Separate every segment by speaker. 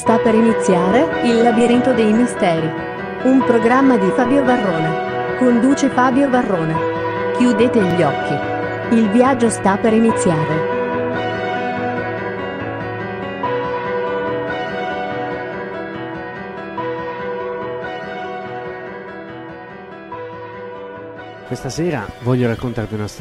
Speaker 1: Sta per iniziare Il labirinto dei misteri. Un programma di Fabio Varrona. Conduce Fabio Varrona. Chiudete gli occhi. Il viaggio sta per iniziare.
Speaker 2: Questa sera voglio raccontarvi una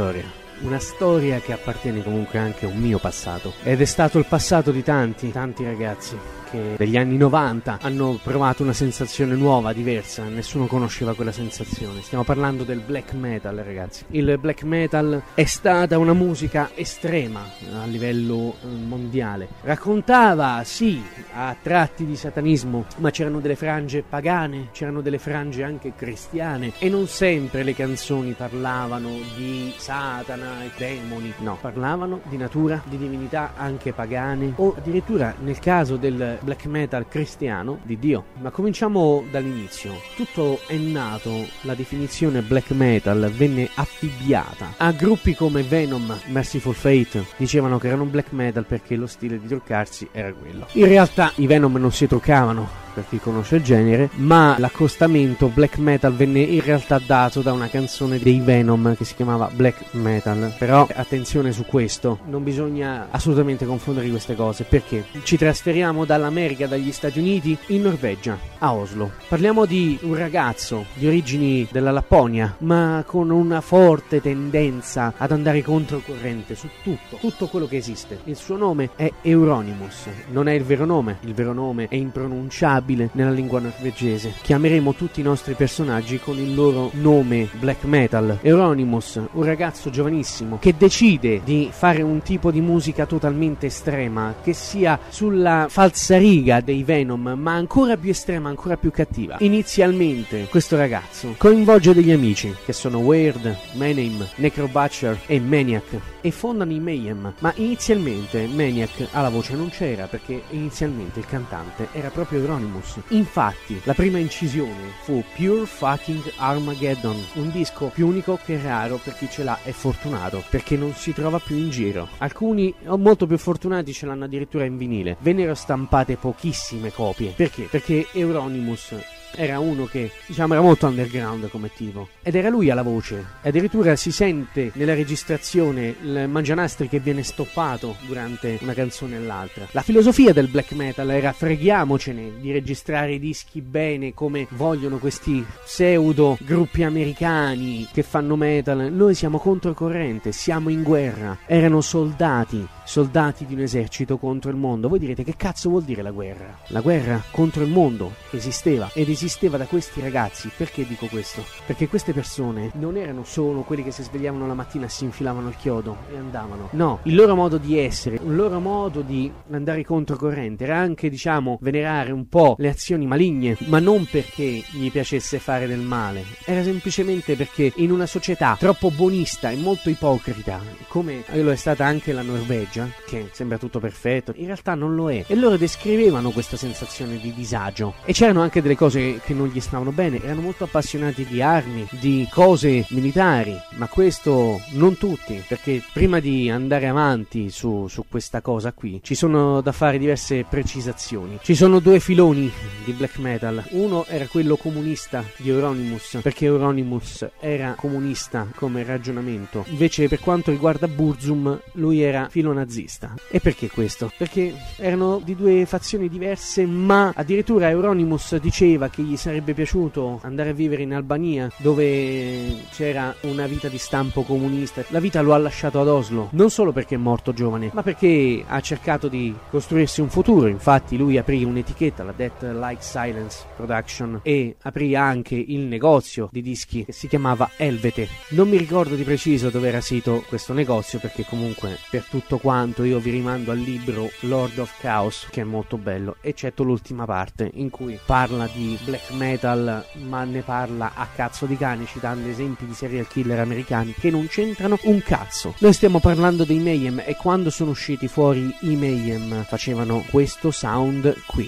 Speaker 2: storia che appartiene comunque anche a un mio passato, ed è stato il passato di tanti ragazzi che negli anni 90 hanno provato una sensazione nuova, diversa. Nessuno conosceva quella sensazione. Stiamo parlando del black metal, ragazzi. Il black metal è stata una musica estrema a livello mondiale. Raccontava, sì, a tratti di satanismo, ma c'erano delle frange pagane, c'erano delle frange anche cristiane, e non sempre le canzoni parlavano di Satana e demoni. No, parlavano di natura, di divinità anche pagane, o addirittura nel caso del black metal cristiano di Dio. Ma cominciamo dall'inizio. Tutto è nato, la definizione black metal venne affibbiata a gruppi come Venom, Merciful Fate. Dicevano che erano black metal perché lo stile di truccarsi era quello. In realtà i Venom non si truccavano, per chi conosce il genere, ma l'accostamento black metal venne in realtà dato da una canzone dei Venom che si chiamava Black Metal. Però attenzione su questo, non bisogna assolutamente confondere queste cose, perché ci trasferiamo dall'America, dagli Stati Uniti, in Norvegia, a Oslo. Parliamo di un ragazzo di origini della Lapponia, ma con una forte tendenza ad andare controcorrente su tutto quello che esiste. Il suo nome è Euronymous, non è il vero nome è impronunciabile nella lingua norvegese. Chiameremo tutti i nostri personaggi con il loro nome black metal. Euronymous, un ragazzo giovanissimo che decide di fare un tipo di musica totalmente estrema, che sia sulla falsariga dei Venom, ma ancora più estrema, ancora più cattiva. Inizialmente questo ragazzo coinvolge degli amici che sono Weird, Mayhem, Necrobutcher e Maniac, e fondano i Mayhem. Ma inizialmente Maniac alla voce non c'era, perché inizialmente il cantante era proprio Euronymous. Infatti la prima incisione fu Pure Fucking Armageddon, un disco più unico che raro per chi ce l'ha è fortunato, perché non si trova più in giro. Alcuni molto più fortunati ce l'hanno addirittura in vinile. Vennero stampate pochissime copie. Perché? Perché Euronymous era uno che, diciamo, era molto underground come tipo, ed era lui alla voce. Addirittura si sente nella registrazione il mangianastri che viene stoppato durante una canzone e l'altra. La filosofia del black metal era: freghiamocene di registrare i dischi bene come vogliono questi pseudo gruppi americani che fanno metal. Noi siamo controcorrente, siamo in guerra. Erano soldati di un esercito contro il mondo. Voi direte: che cazzo vuol dire la guerra? La guerra contro il mondo esisteva, ed esisteva da questi ragazzi. Perché dico questo? Perché queste persone non erano solo quelli che si svegliavano la mattina, si infilavano il chiodo e andavano. No, il loro modo di essere, il loro modo di andare controcorrente era anche, diciamo, venerare un po' le azioni maligne, ma non perché gli piacesse fare del male. Era semplicemente perché in una società troppo buonista e molto ipocrita, come lo è stata anche la Norvegia, che sembra tutto perfetto, in realtà non lo è, e loro descrivevano questa sensazione di disagio. E c'erano anche delle cose che non gli stavano bene. Erano molto appassionati di armi, di cose militari, ma questo non tutti, perché prima di andare avanti su questa cosa qui ci sono da fare diverse precisazioni. Ci sono due filoni di black metal. Uno era quello comunista di Euronymous, perché Euronymous era comunista come ragionamento. Invece per quanto riguarda Burzum, lui era filonazista. E perché questo? Perché erano di due fazioni diverse, ma addirittura Euronymous diceva che gli sarebbe piaciuto andare a vivere in Albania, dove c'era una vita di stampo comunista. La vita lo ha lasciato ad Oslo, non solo perché è morto giovane, ma perché ha cercato di costruirsi un futuro. Infatti lui aprì un'etichetta, la Death Like Silence Production, e aprì anche il negozio di dischi che si chiamava Elvete. Non mi ricordo di preciso dove era sito questo negozio, perché comunque per tutto quanto io vi rimando al libro Lord of Chaos, che è molto bello, eccetto l'ultima parte in cui parla di black metal, ma ne parla a cazzo di cane, citando esempi di serial killer americani che non c'entrano un cazzo. Noi stiamo parlando dei Mayhem, e quando sono usciti fuori i Mayhem facevano questo sound qui.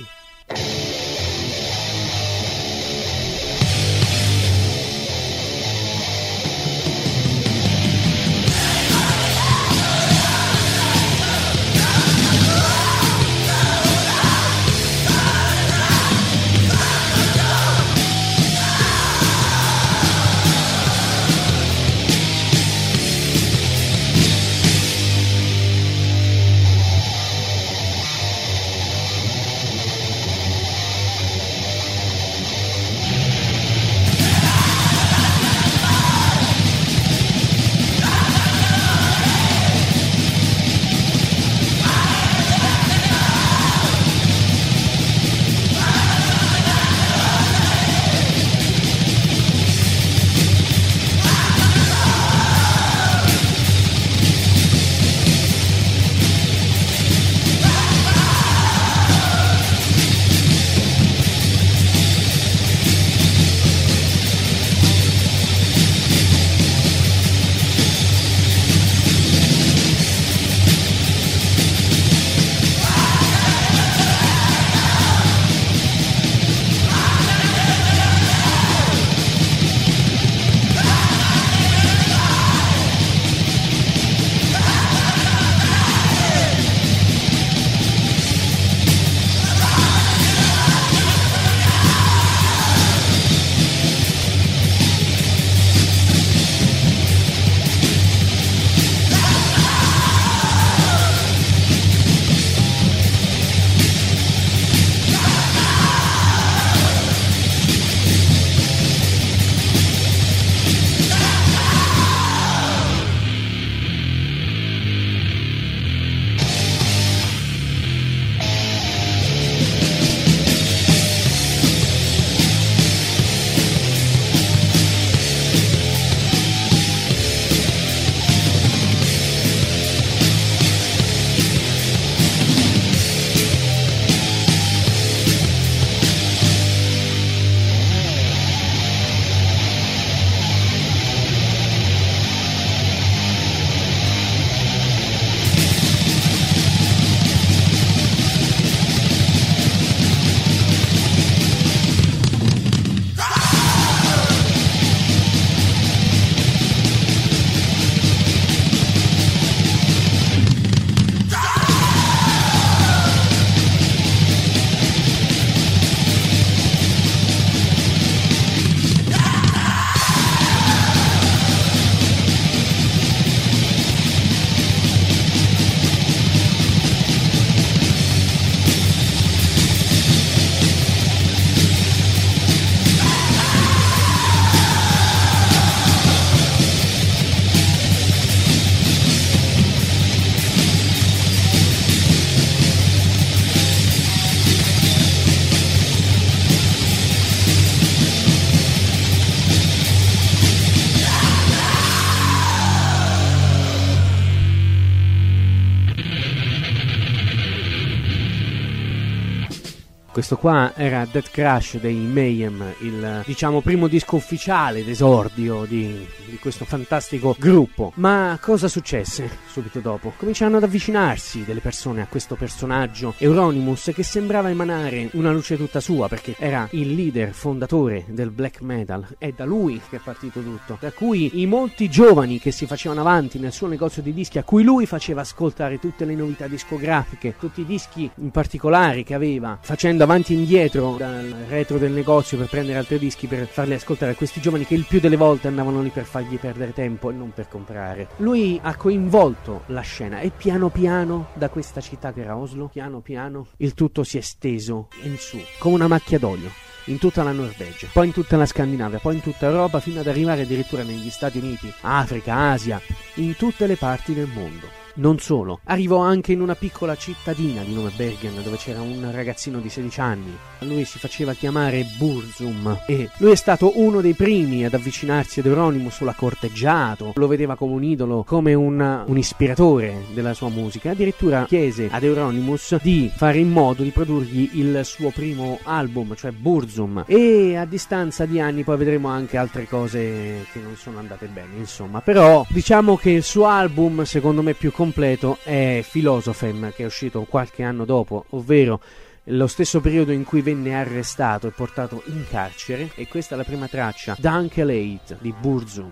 Speaker 2: questo qua era Death Crash dei Mayhem, il diciamo primo disco ufficiale d'esordio di questo fantastico gruppo. Ma cosa successe subito dopo? Cominciarono ad avvicinarsi delle persone a questo personaggio Euronymous, che sembrava emanare una luce tutta sua, perché era il leader fondatore del black metal, è da lui che è partito tutto, da cui i molti giovani che si facevano avanti nel suo negozio di dischi, a cui lui faceva ascoltare tutte le novità discografiche, tutti i dischi in particolare che aveva, facendo avanti e indietro dal retro del negozio per prendere altri dischi per farli ascoltare a questi giovani che il più delle volte andavano lì per fargli perdere tempo e non per comprare. Lui ha coinvolto la scena e piano piano da questa città che era Oslo, piano piano il tutto si è esteso in su come una macchia d'olio in tutta la Norvegia, poi in tutta la Scandinavia, poi in tutta Europa, fino ad arrivare addirittura negli Stati Uniti, Africa, Asia, in tutte le parti del mondo. Non solo, arrivò anche in una piccola cittadina di nome Bergen, dove c'era un ragazzino di 16 anni. Lui si faceva chiamare Burzum e lui è stato uno dei primi ad avvicinarsi ad Euronymous, l'ha corteggiato, lo vedeva come un idolo, come un ispiratore della sua musica. Addirittura chiese ad Euronymous di fare in modo di produrgli il suo primo album, cioè Burzum, e a distanza di anni poi vedremo anche altre cose che non sono andate bene, insomma. Però diciamo che il suo album, secondo me più completo, è Philosophem, che è uscito qualche anno dopo, ovvero lo stesso periodo in cui venne arrestato e portato in carcere, e questa è la prima traccia, Dankeleit di Burzum.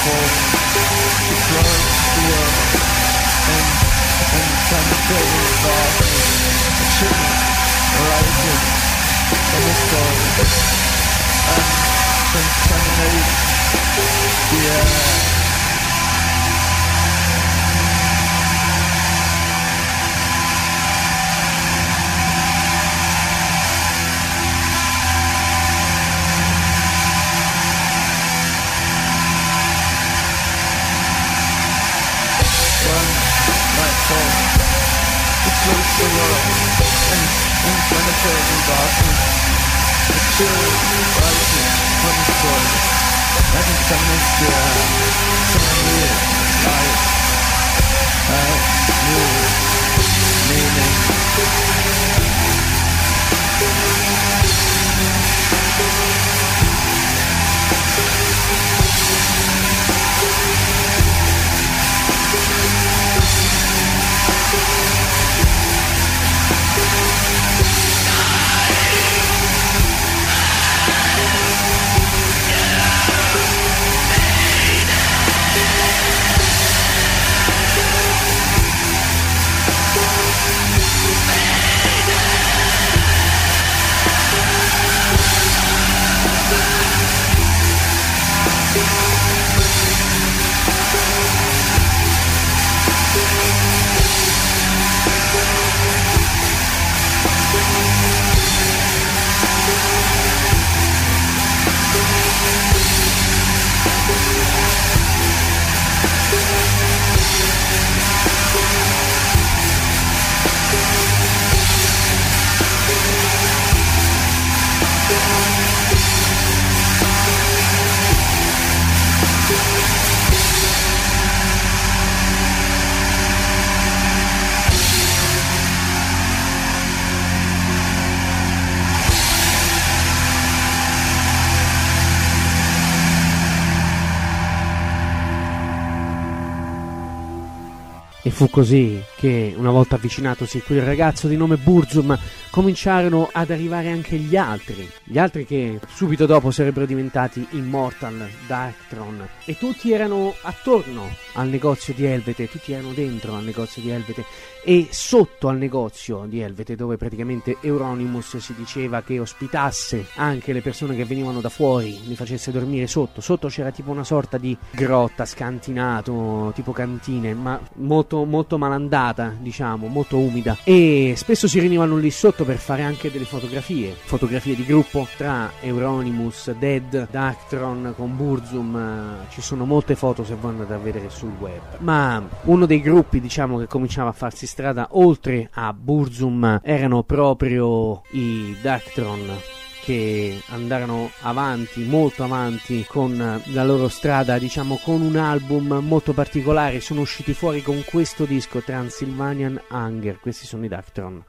Speaker 2: E fu così che, una volta avvicinatosi quel ragazzo di nome Burzum, cominciarono ad arrivare anche gli altri che subito dopo sarebbero diventati Immortal Darkthrone, e tutti erano attorno al negozio di Helvete, tutti erano dentro al negozio di Helvete e sotto al negozio di Helvete, dove praticamente Euronymous si diceva che ospitasse anche le persone che venivano da fuori, li facesse dormire sotto c'era tipo una sorta di grotta, scantinato, tipo cantine, ma molto malandata, diciamo, molto umida, e spesso si riunivano lì sotto per fare anche delle fotografie di gruppo tra Euronymous, Dead, Darkthrone con Burzum. Ci sono molte foto se voi andate a vedere sul web, ma uno dei gruppi, diciamo, che cominciava a farsi strada oltre a Burzum erano proprio i Darkthrone, che andarono avanti, molto avanti con la loro strada, diciamo, con un album molto particolare. Sono usciti fuori con questo disco, Transylvanian Hunger. Questi sono i Darkthrone.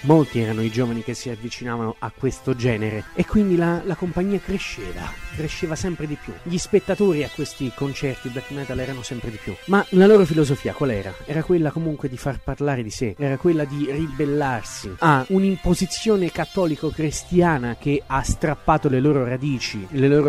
Speaker 2: molti erano i giovani che si avvicinavano a questo genere e quindi la compagnia cresceva sempre di più. Gli spettatori a questi concerti black metal erano sempre di più, ma la loro filosofia qual era? Era quella comunque di far parlare di sé, era quella di ribellarsi a un'imposizione cattolico-cristiana che ha strappato le loro radici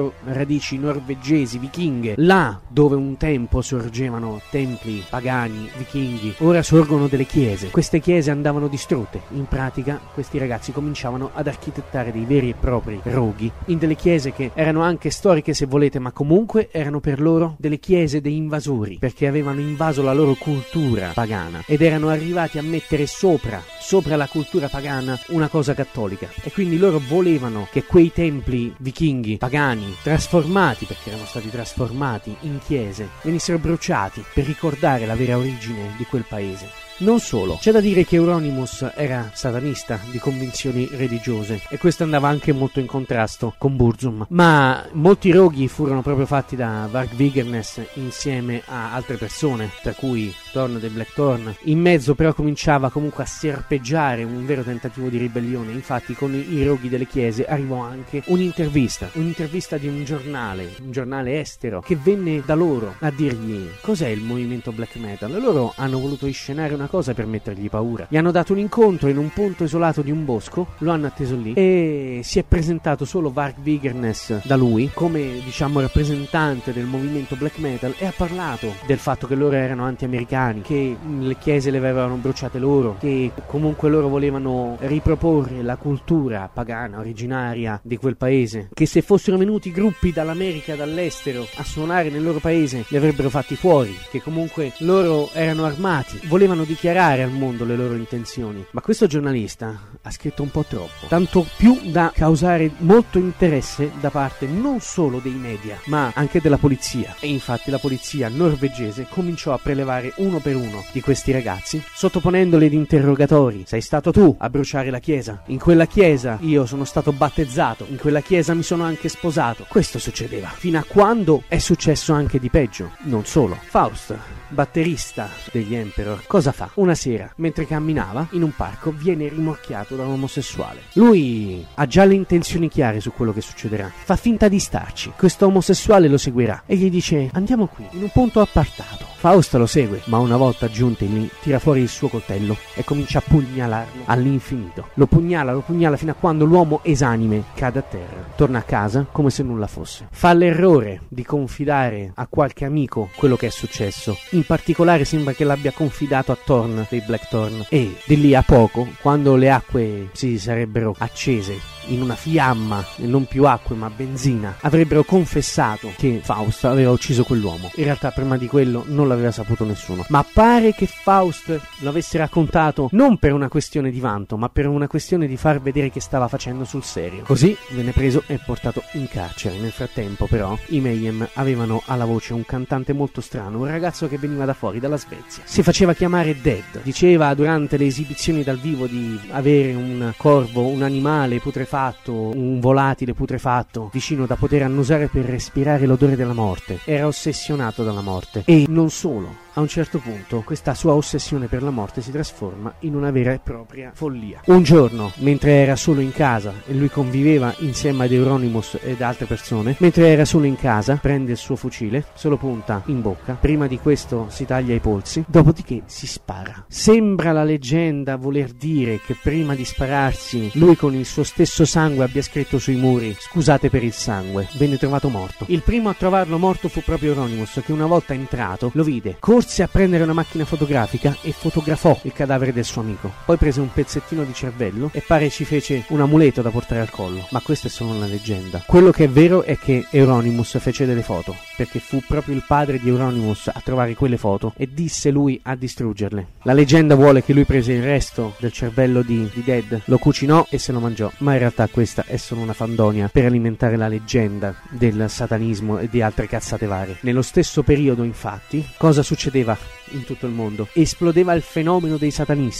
Speaker 2: norvegesi, vichinghe. Là dove un tempo sorgevano templi pagani, vichinghi, ora sorgono delle chiese. Queste chiese andavano distrutte. In pratica questi ragazzi cominciavano ad architettare dei veri e propri roghi in delle chiese che erano anche storiche se volete, ma comunque erano per loro delle chiese dei invasori, perché avevano invaso la loro cultura pagana ed erano arrivati a mettere sopra la cultura pagana una cosa cattolica, e quindi loro volevano che quei templi vichinghi pagani trasformati, perché erano stati trasformati in chiese, venissero bruciati per ricordare la vera origine di quel paese. Non solo, c'è da dire che Euronymous era satanista di convinzioni religiose e questo andava anche molto in contrasto con Burzum, ma molti roghi furono proprio fatti da Varg Vikernes insieme a altre persone, tra cui Thorn the Black Thorn. In mezzo però cominciava comunque a serpeggiare un vero tentativo di ribellione. Infatti con i roghi delle chiese arrivò anche un'intervista di un giornale estero che venne da loro a dirgli cos'è il movimento black metal. Loro hanno voluto inscenare una cosa per mettergli paura. Gli hanno dato un incontro in un punto isolato di un bosco, lo hanno atteso lì e si è presentato solo Varg Vikernes da lui come, diciamo, rappresentante del movimento black metal e ha parlato del fatto che loro erano anti-americani, che le chiese le avevano bruciate loro, che comunque loro volevano riproporre la cultura pagana originaria di quel paese, che se fossero venuti gruppi dall'America, dall'estero a suonare nel loro paese li avrebbero fatti fuori, che comunque loro erano armati, volevano dichiarare al mondo le loro intenzioni. Ma questo giornalista ha scritto un po' troppo, tanto più da causare molto interesse da parte non solo dei media ma anche della polizia, e infatti la polizia norvegese cominciò a prelevare uno per uno di questi ragazzi, sottoponendoli ad interrogatori. Sei stato tu a bruciare la chiesa? In quella chiesa io sono stato battezzato, in quella chiesa mi sono anche sposato. Questo succedeva, fino a quando è successo anche di peggio. Non solo, Faust, batterista degli Emperor, cosa fa? Una sera, mentre camminava in un parco, viene rimorchiato da un omosessuale. Lui ha già le intenzioni chiare su quello che succederà. Fa finta di starci. Questo omosessuale lo seguirà e gli dice: andiamo qui, in un punto appartato. Faust lo segue, ma una volta giunti lì, tira fuori il suo coltello e comincia a pugnalarlo all'infinito. Lo pugnala fino a quando l'uomo esanime cade a terra. Torna a casa come se nulla fosse. Fa l'errore di confidare a qualche amico quello che è successo. In particolare sembra che l'abbia confidato a Thorn dei Black Thorn, e di lì a poco, quando le acque si sarebbero accese in una fiamma, e non più acque ma benzina, avrebbero confessato che Faust aveva ucciso quell'uomo. In realtà prima di quello non l'aveva saputo nessuno, ma pare che Faust l'avesse raccontato non per una questione di vanto ma per una questione di far vedere che stava facendo sul serio. Così venne preso e portato in carcere. Nel frattempo però i Mayhem avevano alla voce un cantante molto strano, un ragazzo che veniva da fuori, dalla Svezia. Si faceva chiamare Dead. Diceva durante le esibizioni dal vivo di avere un corvo, un animale putrefatto, un volatile putrefatto vicino da poter annusare per respirare l'odore della morte. Era ossessionato dalla morte. E non solo. A un certo punto questa sua ossessione per la morte si trasforma in una vera e propria follia. Un giorno, mentre era solo in casa e lui conviveva insieme ad Euronymous ed altre persone, mentre era solo in casa, prende il suo fucile, se lo punta in bocca, prima di questo si taglia i polsi, dopodiché si spara. Sembra la leggenda voler dire che prima di spararsi lui con il suo stesso sangue abbia scritto sui muri: scusate per il sangue. Venne trovato morto. Il primo a trovarlo morto fu proprio Euronymous, che una volta entrato lo vide, corse a prendere una macchina fotografica e fotografò il cadavere del suo amico. Poi prese un pezzettino di cervello e pare ci fece un amuleto da portare al collo. Ma questa è solo una leggenda. Quello che è vero è che Euronymous fece delle foto, perché fu proprio il padre di Euronymous a trovare quelle foto e disse lui a distruggerle. La leggenda vuole che lui prese il resto del cervello di Dead, lo cucinò e se lo mangiò, ma in realtà questa è solo una fandonia per alimentare la leggenda del satanismo e di altre cazzate varie. Nello stesso periodo, infatti, cosa succedeva in tutto il mondo? Esplodeva il fenomeno dei satanisti.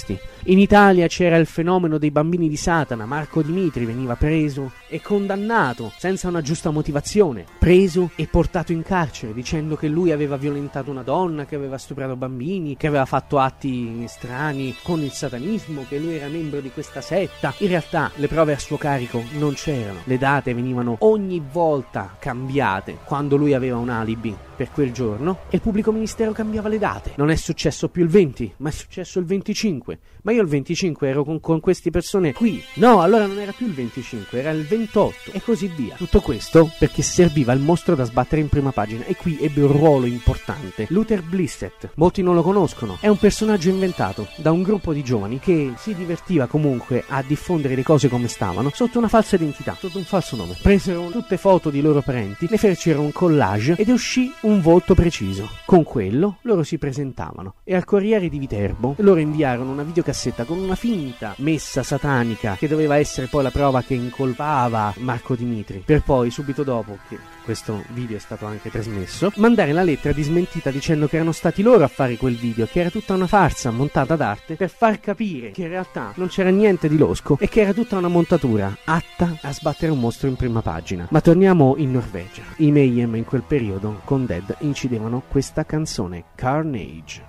Speaker 2: In Italia c'era il fenomeno dei bambini di Satana. Marco Dimitri veniva preso e condannato senza una giusta motivazione, preso e portato in carcere dicendo che lui aveva violentato una donna, che aveva stuprato bambini, che aveva fatto atti strani con il satanismo, che lui era membro di questa setta. In realtà le prove a suo carico non c'erano, le date venivano ogni volta cambiate quando lui aveva un alibi per quel giorno e il pubblico ministero cambiava le date. Non è successo più il 20, ma è successo il 25. Ma io il 25 ero con queste persone qui. No, allora non era più il 25, era il 28 e così via. Tutto questo perché serviva il mostro da sbattere in prima pagina e qui ebbe un ruolo importante Luther Blissett. Molti non lo conoscono, è un personaggio inventato da un gruppo di giovani che si divertiva comunque a diffondere le cose come stavano sotto una falsa identità, sotto un falso nome. Presero tutte foto di loro parenti, ne fecero un collage ed uscì un volto preciso. Con quello loro si presentavano e al Corriere di Viterbo loro inviarono una videocassetta con una finta messa satanica che doveva essere poi la prova che incolpava Marco Dimitri, per poi subito dopo che questo video è stato anche trasmesso mandare la lettera di smentita dicendo che erano stati loro a fare quel video, che era tutta una farsa montata d'arte per far capire che in realtà non c'era niente di losco e che era tutta una montatura atta a sbattere un mostro in prima pagina. Ma torniamo in Norvegia. I Mayhem in quel periodo con Dead incidevano questa canzone, Carnage.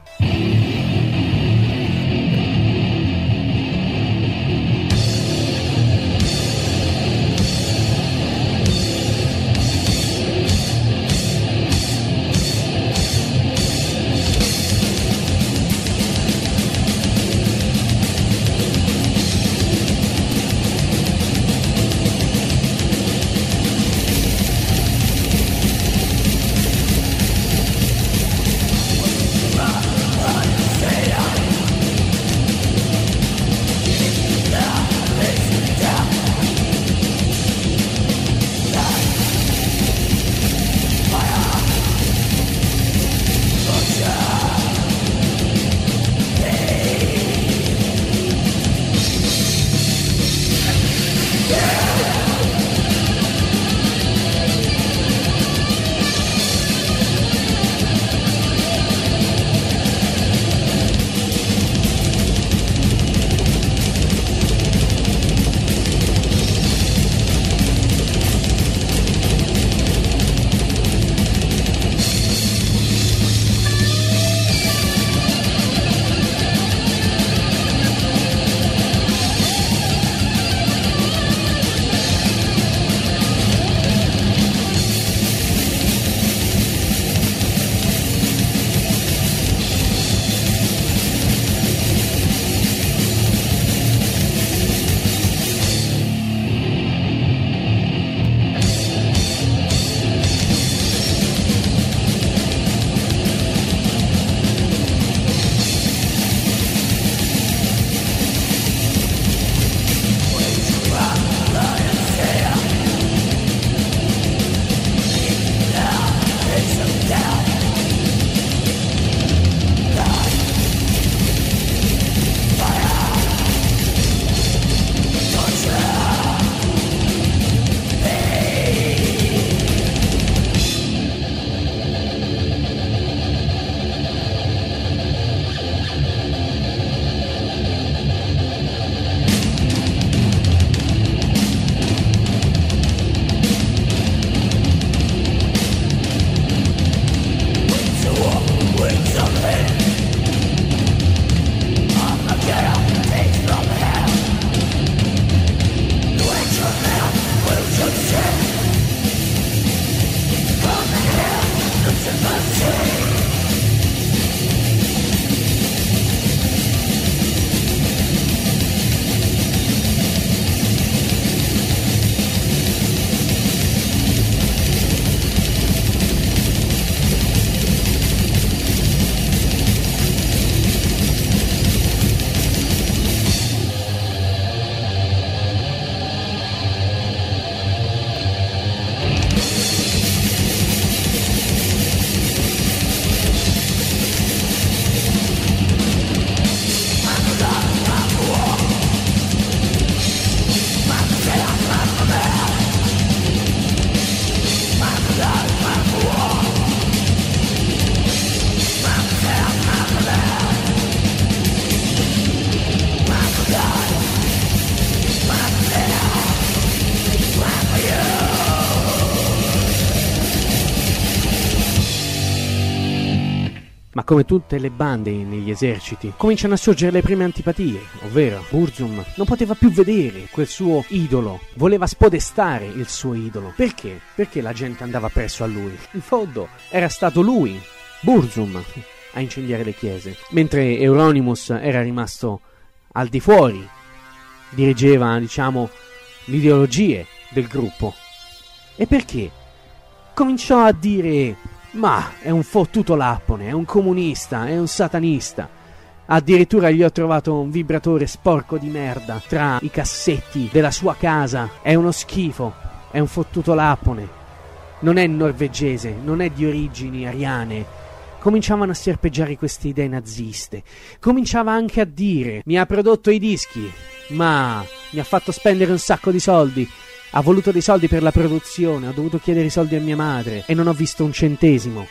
Speaker 2: Ma come tutte le bande negli eserciti, cominciano a sorgere le prime antipatie, ovvero Burzum non poteva più vedere quel suo idolo, voleva spodestare il suo idolo. Perché? Perché la gente andava presso a lui. In fondo era stato lui, Burzum, a incendiare le chiese, mentre Euronymous era rimasto al di fuori, dirigeva, diciamo, le ideologie del gruppo. E perché? Cominciò a dire: ma è un fottuto lappone, è un comunista, è un satanista. Addirittura gli ho trovato un vibratore sporco di merda tra i cassetti della sua casa. È uno schifo, è un fottuto lappone. Non è norvegese, non è di origini ariane. Cominciavano a serpeggiare queste idee naziste. Cominciava anche a dire: mi ha prodotto i dischi, ma mi ha fatto spendere un sacco di soldi. Ha voluto dei soldi per la produzione, ho dovuto chiedere i soldi a mia madre e non ho visto un centesimo.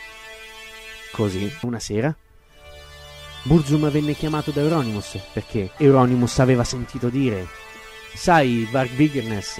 Speaker 2: Così, una sera, Burzum venne chiamato da Euronymous perché Euronymous aveva sentito dire: sai, Varg Vikernes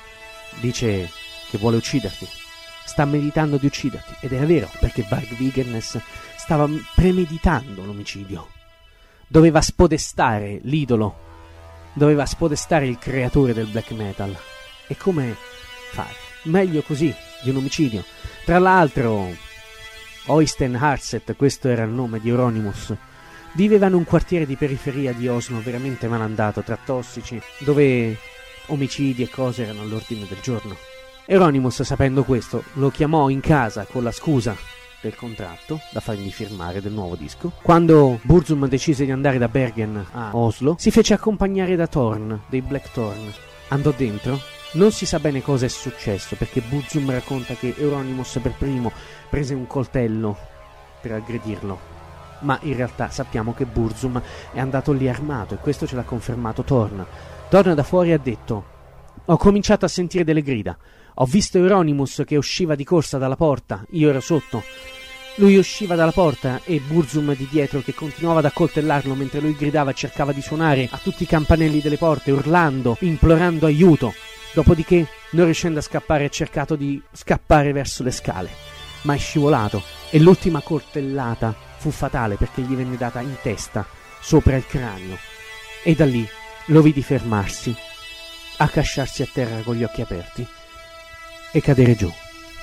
Speaker 2: dice che vuole ucciderti, sta meditando di ucciderti. Ed era vero, perché Varg Vikernes stava premeditando l'omicidio. Doveva spodestare l'idolo, doveva spodestare il creatore del black metal. E come fare? Meglio così di un omicidio. Tra l'altro, Oystein Harset, questo era il nome di Euronymous, viveva in un quartiere di periferia di Oslo veramente malandato, tra tossici, dove omicidi e cose erano all'ordine del giorno. Euronymous, sapendo questo, lo chiamò in casa con la scusa del contratto da fargli firmare del nuovo disco. Quando Burzum decise di andare da Bergen a Oslo, si fece accompagnare da Thorn, dei Black Thorn. Andò dentro. Non si sa bene cosa è successo, perché Burzum racconta che Euronymous per primo prese un coltello per aggredirlo, ma in realtà sappiamo che Burzum è andato lì armato, e questo ce l'ha confermato Thorn. Thorn da fuori ha detto: ho cominciato a sentire delle grida, ho visto Euronymous che usciva di corsa dalla porta, io ero sotto. Lui usciva dalla porta e Burzum di dietro che continuava ad accoltellarlo mentre lui gridava e cercava di suonare a tutti i campanelli delle porte, urlando, implorando aiuto. Dopodiché, non riuscendo a scappare, ha cercato di scappare verso le scale, ma è scivolato e l'ultima coltellata fu fatale perché gli venne data in testa, sopra il cranio, e da lì lo vidi fermarsi, accasciarsi a terra con gli occhi aperti e cadere giù.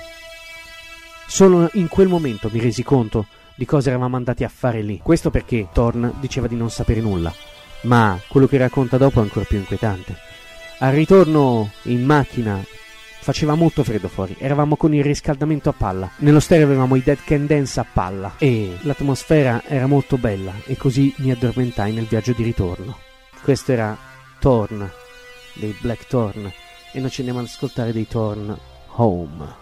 Speaker 2: Solo in quel momento mi resi conto di cosa eravamo andati a fare lì. Questo perché Thorn diceva di non sapere nulla, ma quello che racconta dopo è ancora più inquietante. Al ritorno in macchina faceva molto freddo fuori, eravamo con il riscaldamento a palla, nello stereo avevamo i Dead Can Dance a palla e l'atmosfera era molto bella, e così mi addormentai nel viaggio di ritorno. Questo era Thorn, dei Black Thorn, e noi ci andiamo ad ascoltare dei Thorn Home.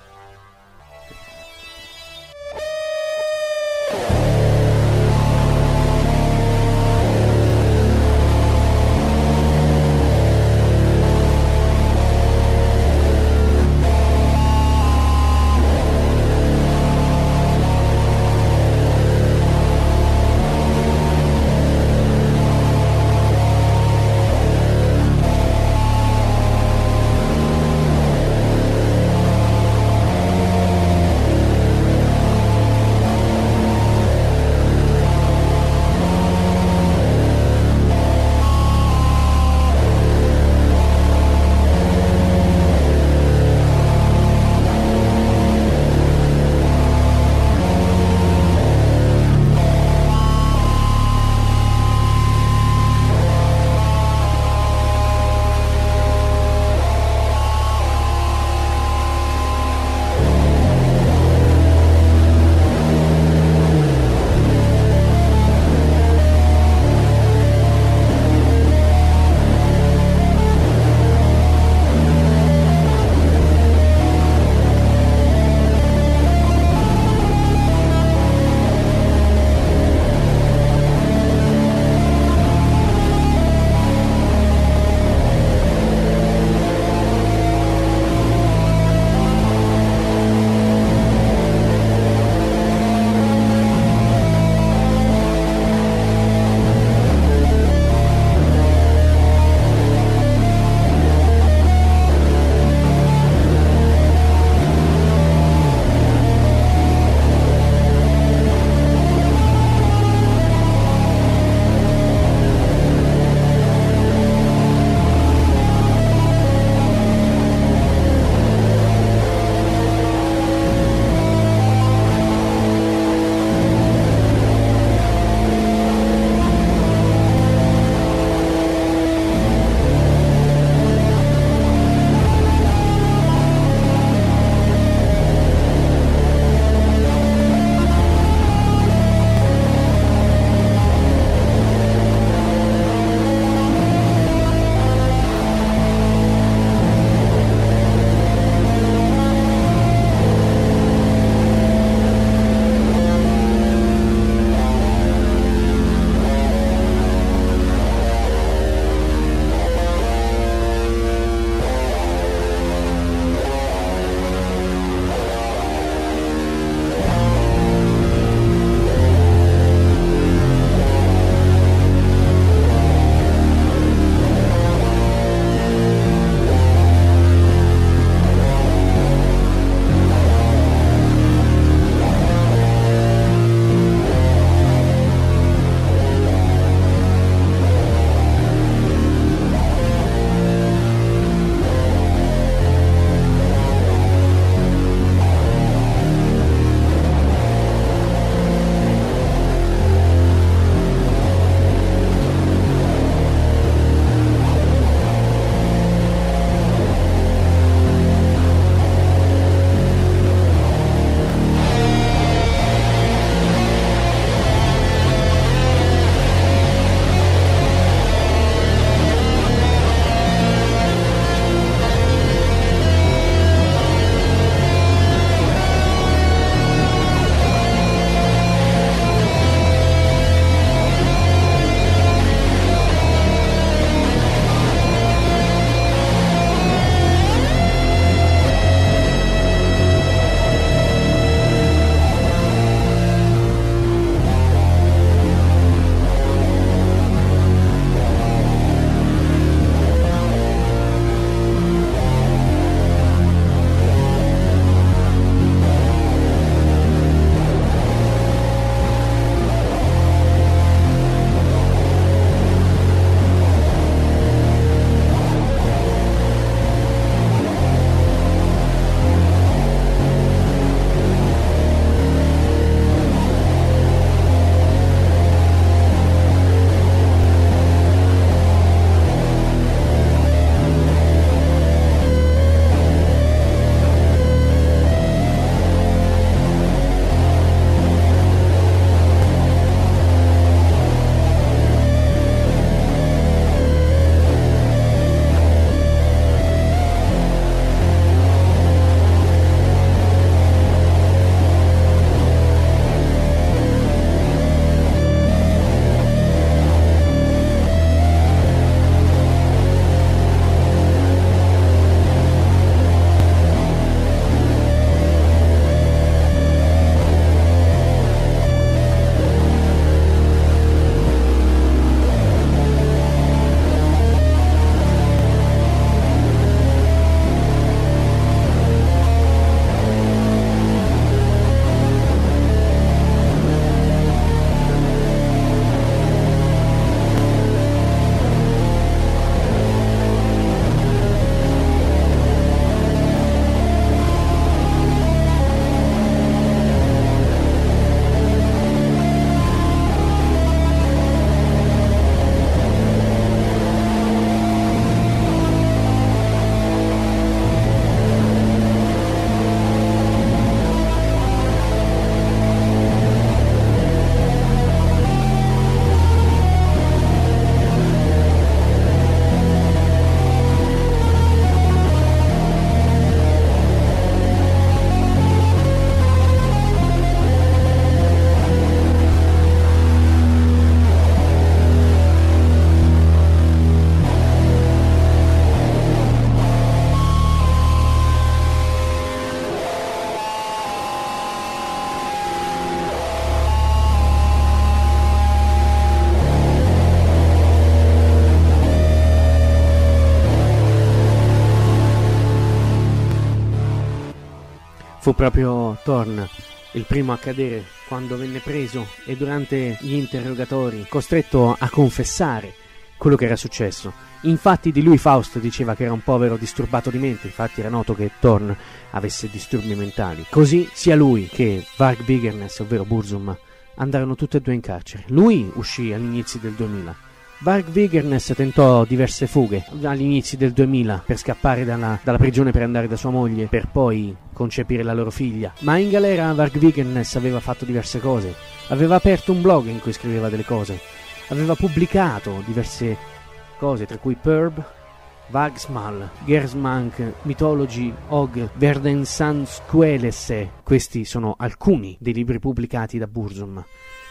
Speaker 2: Fu proprio Thorn il primo a cadere quando venne preso e durante gli interrogatori costretto a confessare quello che era successo. Infatti di lui Faust diceva che era un povero disturbato di mente, infatti era noto che Thorn avesse disturbi mentali. Così sia lui che Varg Vikernes, ovvero Burzum, andarono tutti e due in carcere. Lui uscì all'inizio del 2000. Varg Vikernes tentò diverse fughe agli inizi del 2000 per scappare dalla prigione per andare da sua moglie, per poi concepire la loro figlia. Ma in galera Varg Vikernes aveva fatto diverse cose. Aveva aperto un blog in cui scriveva delle cose. Aveva pubblicato diverse cose, tra cui Perb, Vagsmal, Gersmank, Mythology, Og, Verdensansquelesse. Questi sono alcuni dei libri pubblicati da Burzum.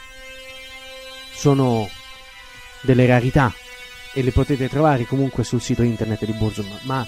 Speaker 2: Sono delle rarità e le potete trovare comunque sul sito internet di Burzum, ma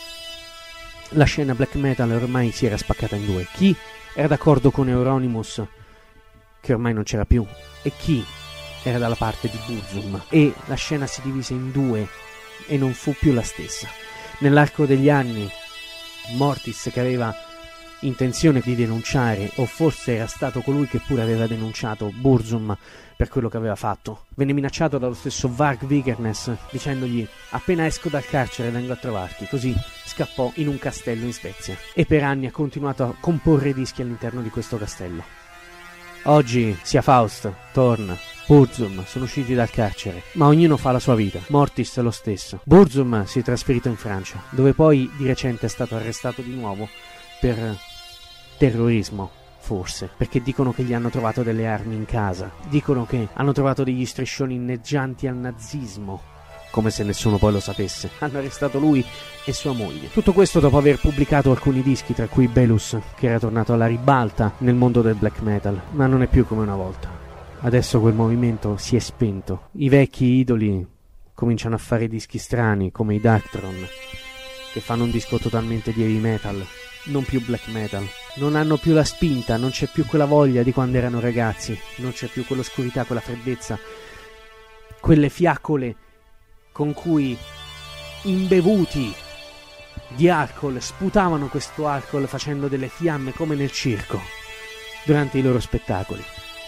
Speaker 2: la scena black metal ormai si era spaccata in due. Chi era d'accordo con Euronymous, che ormai non c'era più, e chi era dalla parte di Burzum, e la scena si divise in due e non fu più la stessa. Nell'arco degli anni Mortis, che aveva intenzione di denunciare, o forse era stato colui che pure aveva denunciato Burzum per quello che aveva fatto, venne minacciato dallo stesso Varg Vikernes dicendogli: appena esco dal carcere vengo a trovarti. Così scappò in un castello in Svezia e per anni ha continuato a comporre dischi all'interno di questo castello. Oggi sia Faust, Thorn, Burzum sono usciti dal carcere, ma ognuno fa la sua vita. Mortis lo stesso. Burzum si è trasferito in Francia, dove poi di recente è stato arrestato di nuovo per terrorismo, forse, perché dicono che gli hanno trovato delle armi in casa, dicono che hanno trovato degli striscioni inneggianti al nazismo, come se nessuno poi lo sapesse. Hanno arrestato lui e sua moglie. Tutto questo dopo aver pubblicato alcuni dischi, tra cui Belus, che era tornato alla ribalta nel mondo del black metal, ma non è più come una volta. Adesso quel movimento si è spento. I vecchi idoli cominciano a fare dischi strani, come i Darkthrone, che fanno un disco totalmente di heavy metal, non più black metal. Non hanno più la spinta, non c'è più quella voglia di quando erano ragazzi, non c'è più quell'oscurità, quella freddezza, quelle fiaccole con cui imbevuti di alcol sputavano questo alcol facendo delle fiamme come nel circo durante i loro spettacoli.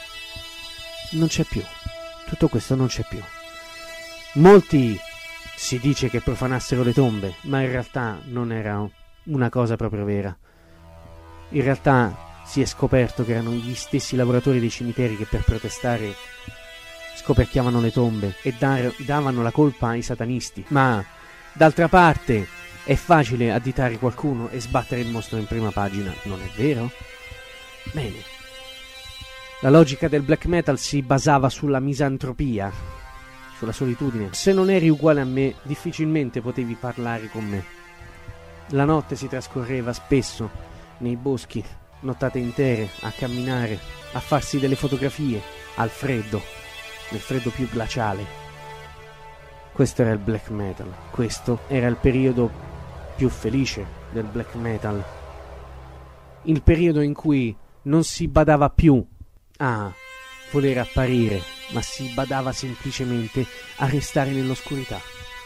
Speaker 2: Non c'è più, tutto questo non c'è più. Molti si dice che profanassero le tombe, ma in realtà non era una cosa proprio vera. In realtà si è scoperto che erano gli stessi lavoratori dei cimiteri che per protestare scoperchiavano le tombe e davano la colpa ai satanisti. Ma d'altra parte è facile additare qualcuno e sbattere il mostro in prima pagina, non è vero? Bene. La logica del black metal si basava sulla misantropia, sulla solitudine. Se non eri uguale a me, difficilmente potevi parlare con me. La notte si trascorreva spesso nei boschi, nottate intere, a camminare, a farsi delle fotografie, al freddo, nel freddo più glaciale. Questo era il black metal, questo era il periodo più felice del black metal, il periodo in cui non si badava più a voler apparire, ma si badava semplicemente a restare nell'oscurità.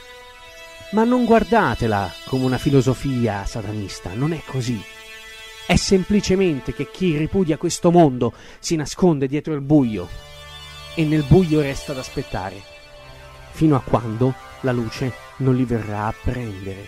Speaker 2: Ma non guardatela come una filosofia satanista, non è così. È semplicemente che chi ripudia questo mondo si nasconde dietro il buio e nel buio resta ad aspettare fino a quando la luce non li verrà a prendere.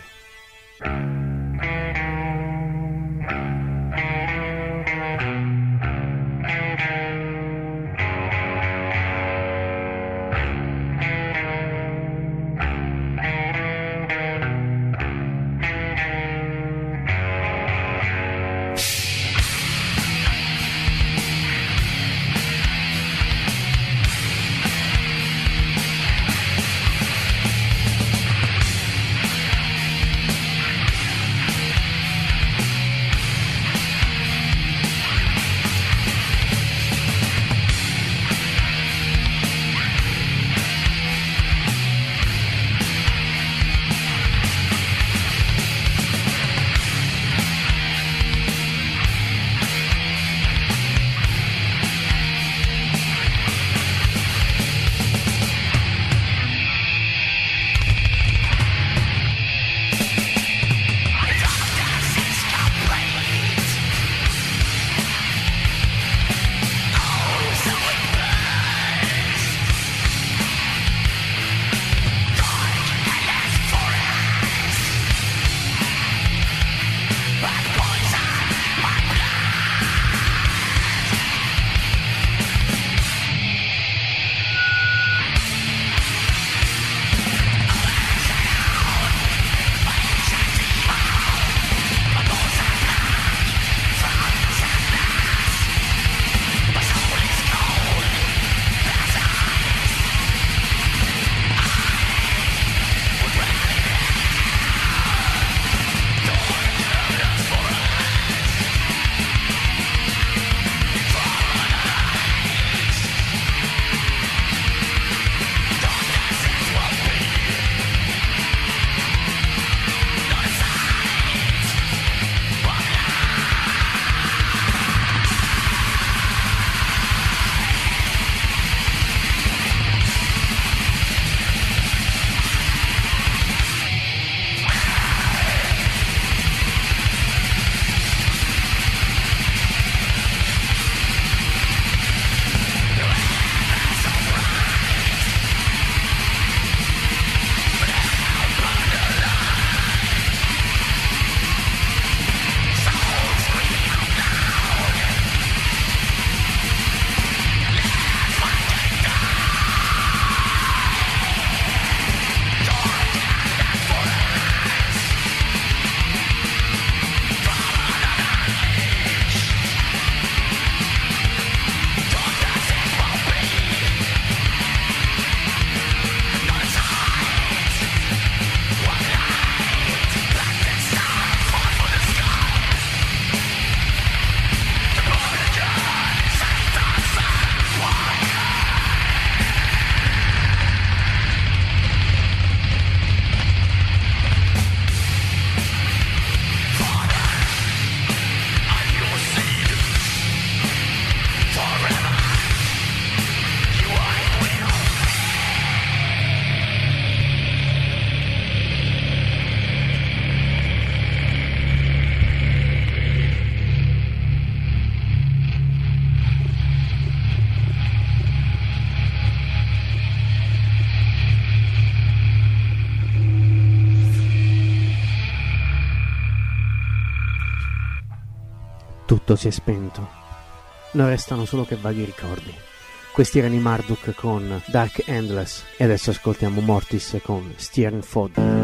Speaker 2: tutto si è spento. Non restano solo che vaghi ricordi. Questi erano i Marduk con Dark Endless e adesso ascoltiamo Mortis con Steering Fod.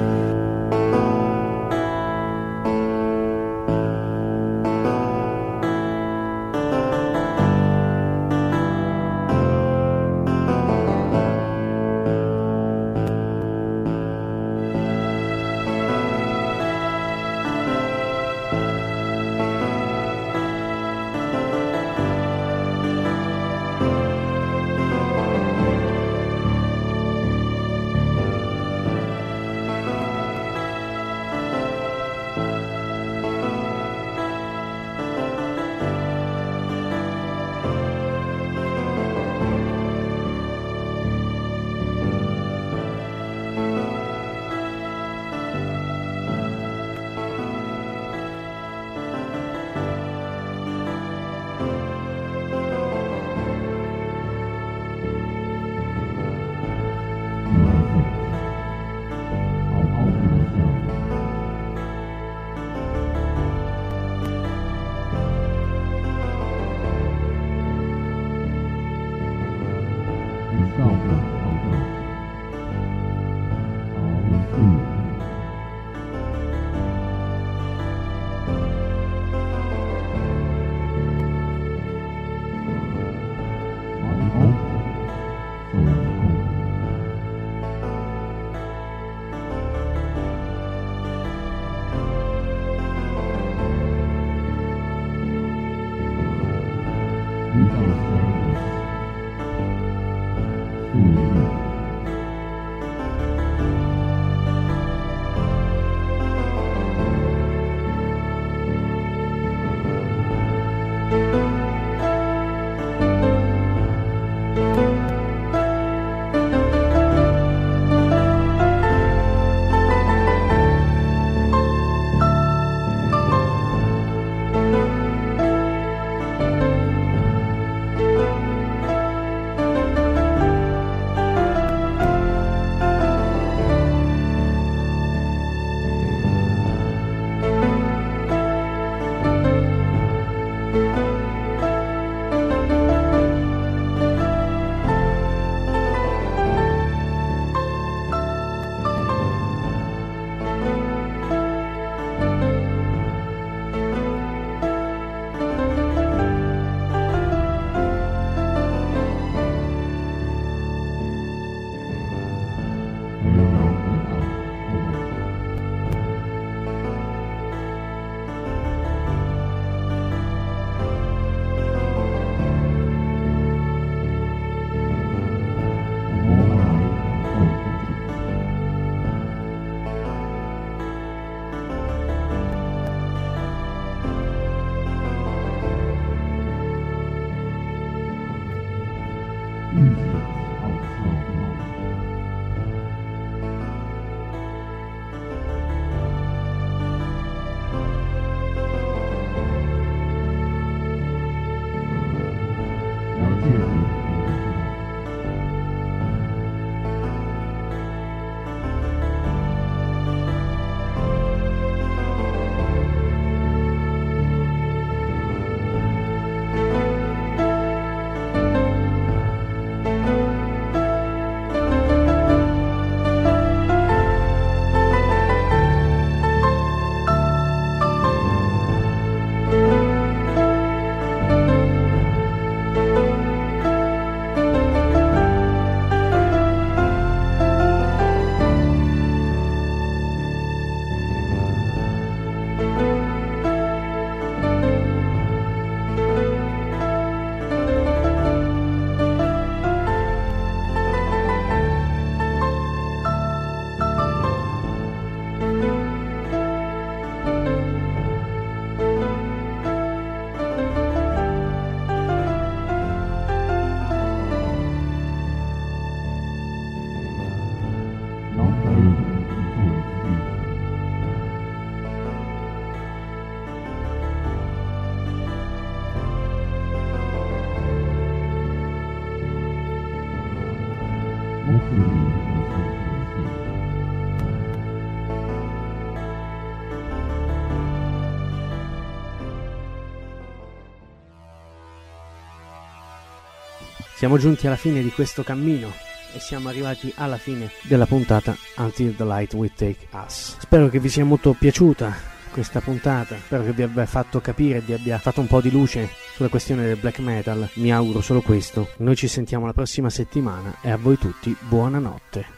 Speaker 2: Siamo giunti alla fine di questo cammino e siamo arrivati alla fine della puntata Until the Light Will Take Us. Spero che vi sia molto piaciuta questa puntata, spero che vi abbia fatto capire e vi abbia fatto un po' di luce sulla questione del black metal. Mi auguro solo questo. Noi ci sentiamo la prossima settimana e a voi tutti buonanotte.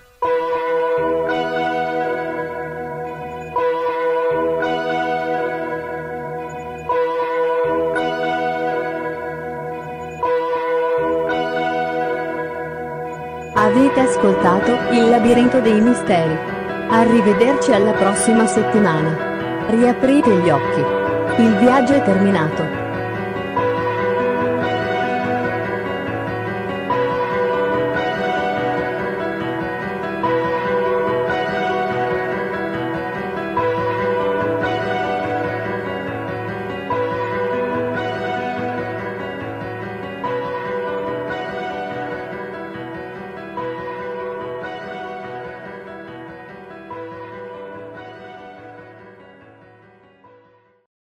Speaker 1: Avete ascoltato Il Labirinto dei Misteri. Arrivederci alla prossima settimana. Riaprite gli occhi. Il viaggio è terminato.